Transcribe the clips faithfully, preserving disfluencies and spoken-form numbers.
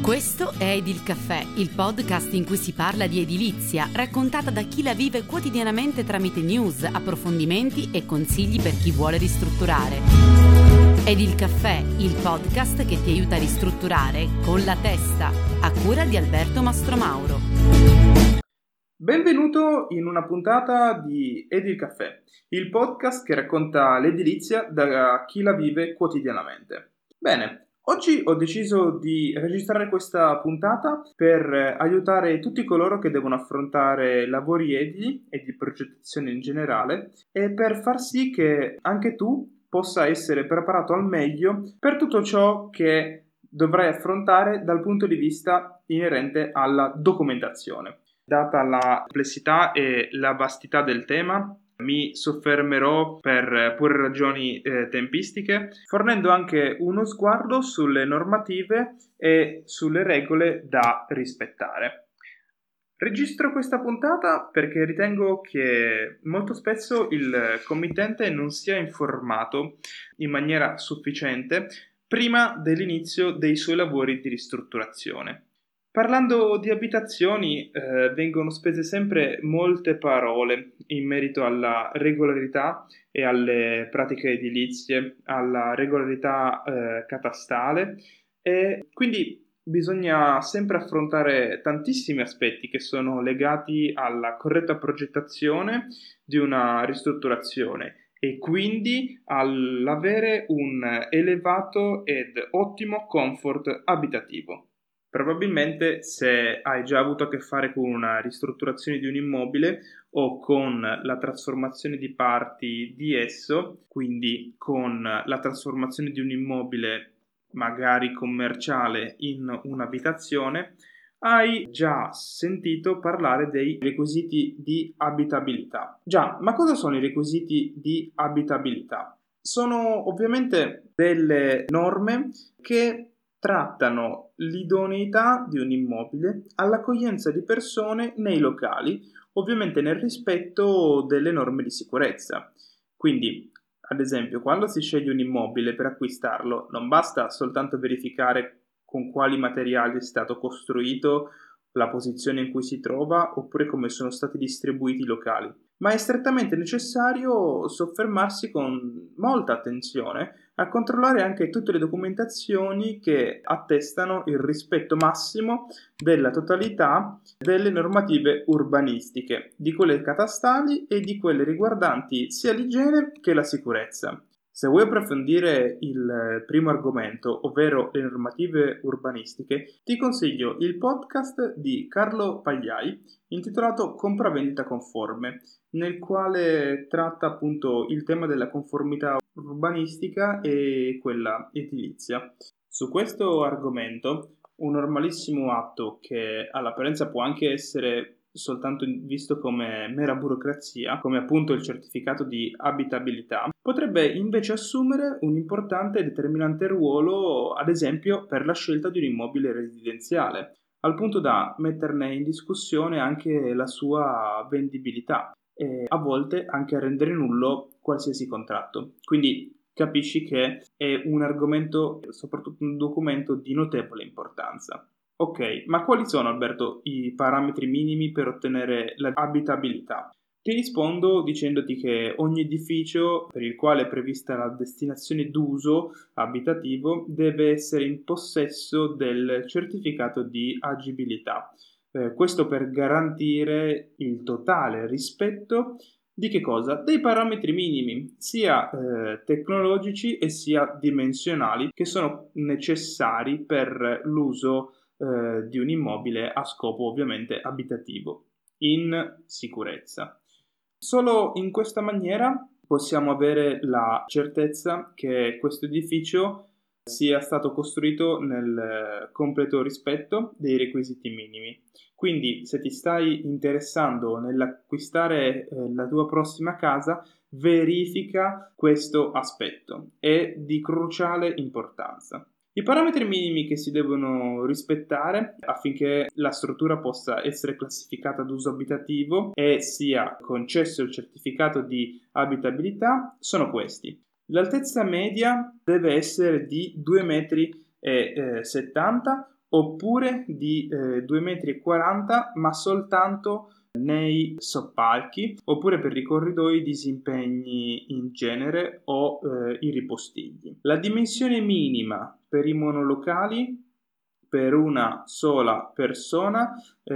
Questo è Edil Caffè, il podcast in cui si parla di edilizia, raccontata da chi la vive quotidianamente tramite news, approfondimenti e consigli per chi vuole ristrutturare. Edil Caffè, il podcast che ti aiuta a ristrutturare con la testa, a cura di Alberto Mastromauro. Benvenuto in una puntata di Edil Caffè, il podcast che racconta l'edilizia da chi la vive quotidianamente. Bene. Oggi ho deciso di registrare questa puntata per aiutare tutti coloro che devono affrontare lavori edili e di progettazione in generale e per far sì che anche tu possa essere preparato al meglio per tutto ciò che dovrai affrontare dal punto di vista inerente alla documentazione. Data la complessità e la vastità del tema, mi soffermerò per pure ragioni eh, tempistiche, fornendo anche uno sguardo sulle normative e sulle regole da rispettare. Registro questa puntata perché ritengo che molto spesso il committente non sia informato in maniera sufficiente prima dell'inizio dei suoi lavori di ristrutturazione. Parlando di abitazioni eh, vengono spese sempre molte parole in merito alla regolarità e alle pratiche edilizie, alla regolarità eh, catastale e quindi bisogna sempre affrontare tantissimi aspetti che sono legati alla corretta progettazione di una ristrutturazione e quindi all'avere un elevato ed ottimo comfort abitativo. Probabilmente se hai già avuto a che fare con una ristrutturazione di un immobile o con la trasformazione di parti di esso, quindi con la trasformazione di un immobile magari commerciale in un'abitazione, hai già sentito parlare dei requisiti di abitabilità. Già, ma cosa sono i requisiti di abitabilità? Sono ovviamente delle norme che trattano l'idoneità di un immobile all'accoglienza di persone nei locali, ovviamente nel rispetto delle norme di sicurezza. Quindi, ad esempio, quando si sceglie un immobile per acquistarlo, non basta soltanto verificare con quali materiali è stato costruito, la posizione in cui si trova, oppure come sono stati distribuiti i locali, ma è strettamente necessario soffermarsi con molta attenzione a controllare anche tutte le documentazioni che attestano il rispetto massimo della totalità delle normative urbanistiche, di quelle catastali e di quelle riguardanti sia l'igiene che la sicurezza. Se vuoi approfondire il primo argomento, ovvero le normative urbanistiche, ti consiglio il podcast di Carlo Pagliai intitolato Compravendita conforme, nel quale tratta appunto il tema della conformità urbanistica e quella edilizia. Su questo argomento, un normalissimo atto che all'apparenza può anche essere soltanto visto come mera burocrazia, come appunto il certificato di abitabilità, potrebbe invece assumere un importante e determinante ruolo, ad esempio, per la scelta di un immobile residenziale, al punto da metterne in discussione anche la sua vendibilità e a volte anche a rendere nullo qualsiasi contratto. Quindi capisci che è un argomento, soprattutto un documento di notevole importanza. Ok, ma quali sono, Alberto, i parametri minimi per ottenere l'abitabilità? Ti rispondo dicendoti che ogni edificio per il quale è prevista la destinazione d'uso abitativo deve essere in possesso del certificato di agibilità. Eh, questo per garantire il totale rispetto di che cosa? Dei parametri minimi, sia eh, tecnologici e sia dimensionali, che sono necessari per l'uso eh, di un immobile a scopo ovviamente abitativo, in sicurezza. Solo in questa maniera possiamo avere la certezza che questo edificio sia stato costruito nel completo rispetto dei requisiti minimi. Quindi, se ti stai interessando nell'acquistare eh, la tua prossima casa, verifica questo aspetto, è di cruciale importanza. I parametri minimi che si devono rispettare affinché la struttura possa essere classificata ad uso abitativo e sia concesso il certificato di abitabilità sono questi. L'altezza media deve essere di due metri e settanta oppure di eh, due metri e quaranta ma soltanto nei soppalchi, oppure per i corridoi disimpegni in genere o eh, i ripostigli. La dimensione minima per i monolocali per una sola persona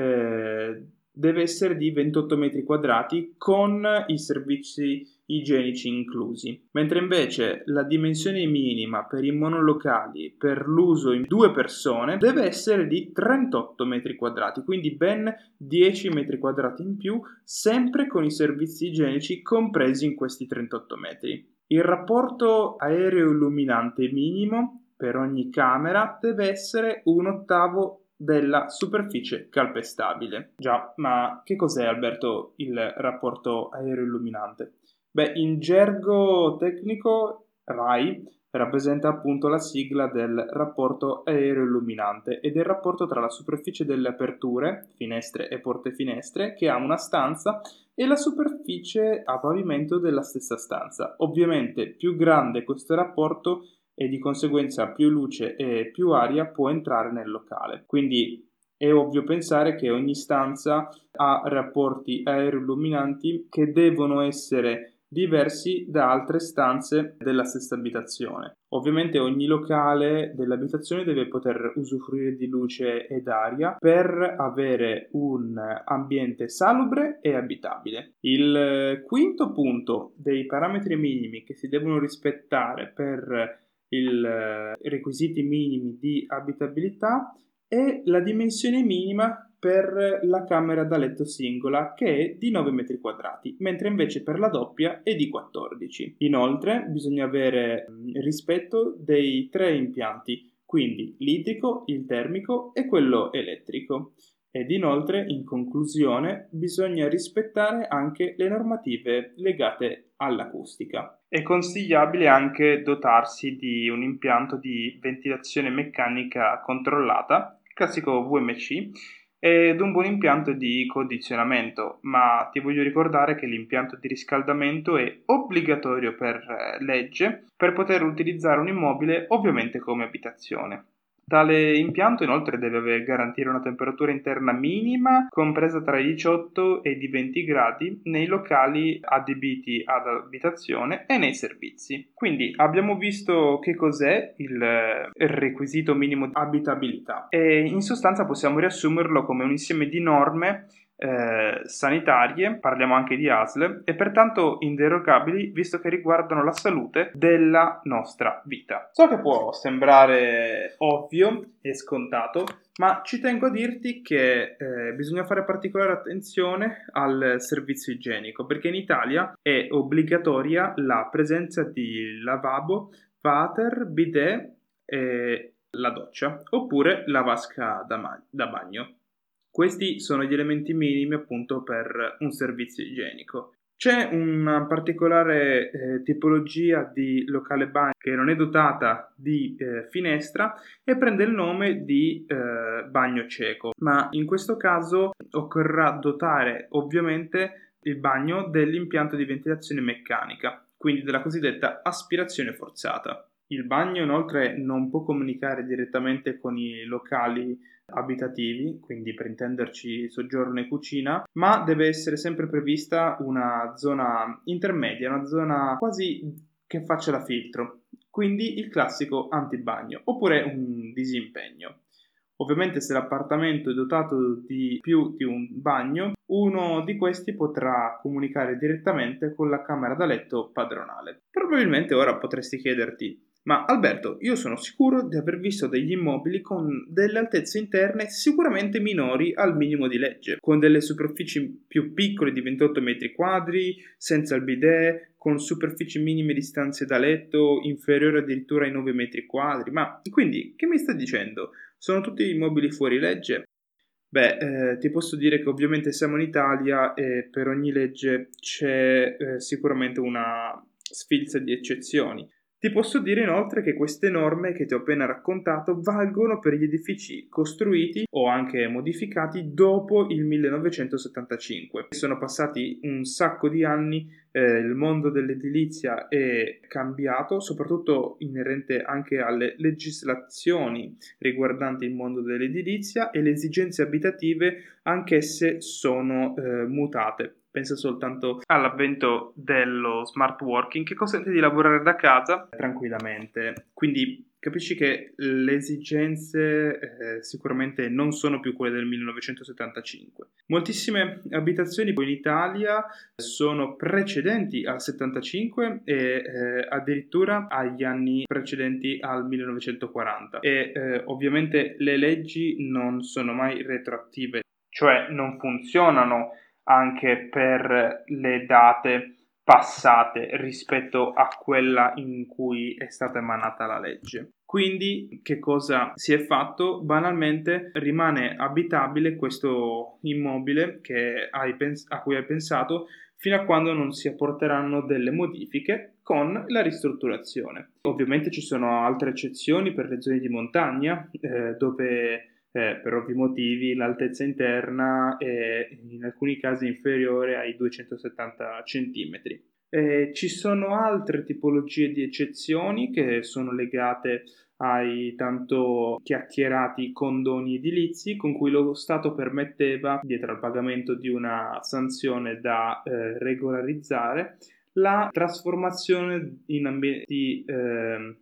eh, deve essere di ventotto metri quadrati con i servizi igienici inclusi, mentre invece la dimensione minima per i monolocali per l'uso in due persone deve essere di trentotto metri quadrati, quindi ben dieci metri quadrati in più, sempre con i servizi igienici compresi in questi trentotto metri. Il rapporto aereo illuminante minimo per ogni camera deve essere un ottavo della superficie calpestabile. Già, ma che cos'è, Alberto, il rapporto aereo illuminante? Beh, in gergo tecnico R A I rappresenta appunto la sigla del rapporto aereo illuminante ed è il rapporto tra la superficie delle aperture, finestre e porte finestre, che ha una stanza, e la superficie a pavimento della stessa stanza. Ovviamente più grande questo rapporto e di conseguenza più luce e più aria può entrare nel locale. Quindi è ovvio pensare che ogni stanza ha rapporti aeroilluminanti che devono essere diversi da altre stanze della stessa abitazione. Ovviamente ogni locale dell'abitazione deve poter usufruire di luce ed aria per avere un ambiente salubre e abitabile. Il quinto punto dei parametri minimi che si devono rispettare per i requisiti minimi di abitabilità è la dimensione minima per la camera da letto singola, che è di nove metri quadrati, mentre invece per la doppia è di quattordici. Inoltre bisogna avere rispetto dei tre impianti, quindi l'idrico, il termico e quello elettrico. Ed inoltre, in conclusione, bisogna rispettare anche le normative legate all'acustica. È consigliabile anche dotarsi di un impianto di ventilazione meccanica controllata, il classico V M C, ed un buon impianto di condizionamento, ma ti voglio ricordare che l'impianto di riscaldamento è obbligatorio per legge per poter utilizzare un immobile ovviamente come abitazione. Tale impianto inoltre deve garantire una temperatura interna minima compresa tra i diciotto e i venti gradi nei locali adibiti ad abitazione e nei servizi. Quindi abbiamo visto che cos'è il requisito minimo di abitabilità e in sostanza possiamo riassumerlo come un insieme di norme Eh, sanitarie, parliamo anche di A S L, e pertanto inderogabili visto che riguardano la salute della nostra vita. So che può sembrare ovvio e scontato, ma ci tengo a dirti che eh, bisogna fare particolare attenzione al servizio igienico, perché in Italia è obbligatoria la presenza di lavabo, water, bidet e la doccia, oppure la vasca da, ma- da bagno. Questi sono gli elementi minimi appunto per un servizio igienico. C'è una particolare eh, tipologia di locale bagno che non è dotata di eh, finestra e prende il nome di eh, bagno cieco, ma in questo caso occorrerà dotare ovviamente il bagno dell'impianto di ventilazione meccanica, quindi della cosiddetta aspirazione forzata. Il bagno inoltre non può comunicare direttamente con i locali abitativi, quindi per intenderci soggiorno e cucina, ma deve essere sempre prevista una zona intermedia, una zona quasi che faccia da filtro, quindi il classico antibagno oppure un disimpegno. Ovviamente se l'appartamento è dotato di più di un bagno, uno di questi potrà comunicare direttamente con la camera da letto padronale. Probabilmente ora potresti chiederti: ma Alberto, io sono sicuro di aver visto degli immobili con delle altezze interne sicuramente minori al minimo di legge, con delle superfici più piccole di ventotto metri quadri, senza il bidet, con superfici minime di stanze da letto inferiori addirittura ai nove metri quadri. Ma quindi che mi stai dicendo? Sono tutti immobili fuori legge? Beh, eh, ti posso dire che ovviamente siamo in Italia e per ogni legge c'è eh, sicuramente una sfilza di eccezioni. Ti posso dire inoltre che queste norme che ti ho appena raccontato valgono per gli edifici costruiti o anche modificati dopo il millenovecentosettantacinque. Sono passati un sacco di anni, eh, il mondo dell'edilizia è cambiato, soprattutto inerente anche alle legislazioni riguardanti il mondo dell'edilizia, e le esigenze abitative anch'esse sono eh, mutate. Pensa soltanto all'avvento dello smart working, che consente di lavorare da casa tranquillamente. Quindi capisci che le esigenze eh, sicuramente non sono più quelle del millenovecentosettantacinque. Moltissime abitazioni in Italia sono precedenti al settantacinque e eh, addirittura agli anni precedenti al millenovecentoquaranta. E eh, ovviamente le leggi non sono mai retroattive, cioè non funzionano anche per le date passate rispetto a quella in cui è stata emanata la legge. Quindi che cosa si è fatto? Banalmente rimane abitabile questo immobile che hai pens- a cui hai pensato fino a quando non si apporteranno delle modifiche con la ristrutturazione. Ovviamente ci sono altre eccezioni per le zone di montagna eh, dove Eh, per ovvi motivi l'altezza interna è in alcuni casi inferiore ai duecentosettanta centimetri. Eh, ci sono altre tipologie di eccezioni che sono legate ai tanto chiacchierati condoni edilizi con cui lo Stato permetteva, dietro al pagamento di una sanzione da eh, regolarizzare, la trasformazione in ambienti eh,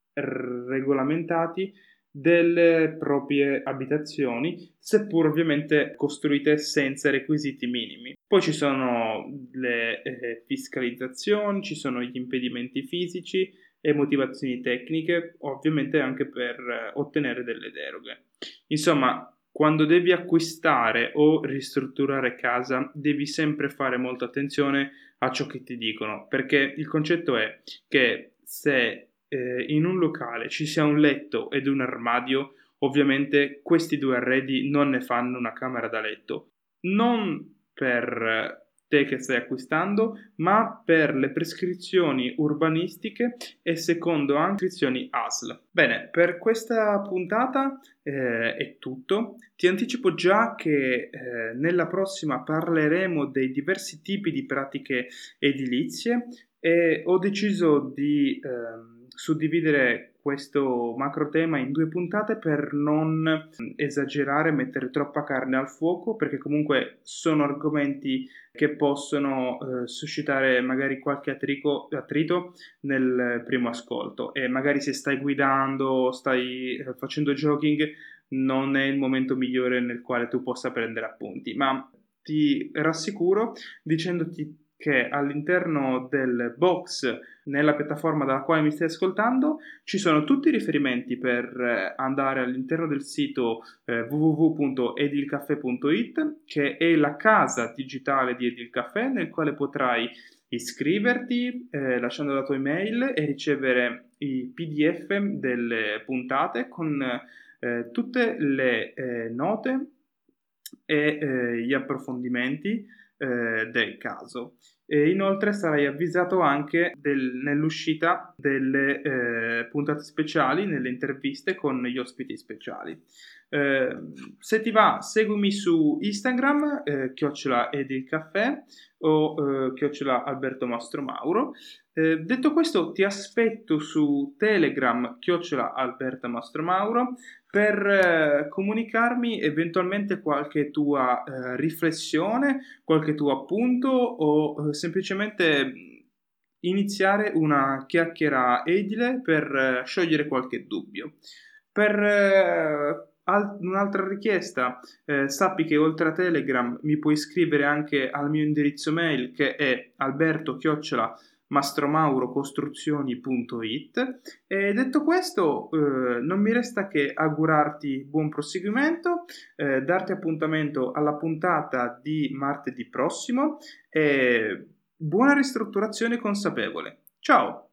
regolamentati delle proprie abitazioni, seppur ovviamente costruite senza requisiti minimi. Poi ci sono le eh, fiscalizzazioni, ci sono gli impedimenti fisici e motivazioni tecniche, ovviamente anche per eh, ottenere delle deroghe. Insomma, quando devi acquistare o ristrutturare casa, devi sempre fare molta attenzione a ciò che ti dicono, perché il concetto è che se Eh, in un locale ci sia un letto ed un armadio, ovviamente questi due arredi non ne fanno una camera da letto, non per te che stai acquistando, ma per le prescrizioni urbanistiche e secondo anche prescrizioni A S L. Bene, per questa puntata eh, è tutto. Ti anticipo già che eh, nella prossima parleremo dei diversi tipi di pratiche edilizie e ho deciso di eh, suddividere questo macro tema in due puntate per non esagerare, mettere troppa carne al fuoco, perché comunque sono argomenti che possono eh, suscitare magari qualche attrico, attrito nel primo ascolto, e magari se stai guidando, stai eh, facendo jogging, non è il momento migliore nel quale tu possa prendere appunti, ma ti rassicuro dicendoti che all'interno del box nella piattaforma dalla quale mi stai ascoltando ci sono tutti i riferimenti per andare all'interno del sito eh, w w w punto edilcaffè punto i t, che è la casa digitale di Edilcaffè, nel quale potrai iscriverti eh, lasciando la tua email e ricevere i P D F delle puntate con eh, tutte le eh, note e eh, gli approfondimenti Eh, del caso. E inoltre sarai avvisato anche del, nell'uscita delle eh, puntate speciali, nelle interviste con gli ospiti speciali. Eh, se ti va, seguimi su Instagram, eh, chiocciola Edilcaffè o eh, chiocciola Alberto Mastromauro. Eh, detto questo, ti aspetto su Telegram, chiocciola Alberto Mastromauro, per eh, comunicarmi eventualmente qualche tua eh, riflessione, qualche tuo appunto o eh, semplicemente iniziare una chiacchiera edile per eh, sciogliere qualche dubbio. Per eh, al- un'altra richiesta, eh, sappi che oltre a Telegram mi puoi scrivere anche al mio indirizzo mail, che è alberto chiocciola mastromaurocostruzioni punto i t. E detto questo, eh, non mi resta che augurarti buon proseguimento, eh, darti appuntamento alla puntata di martedì prossimo e buona ristrutturazione consapevole. Ciao!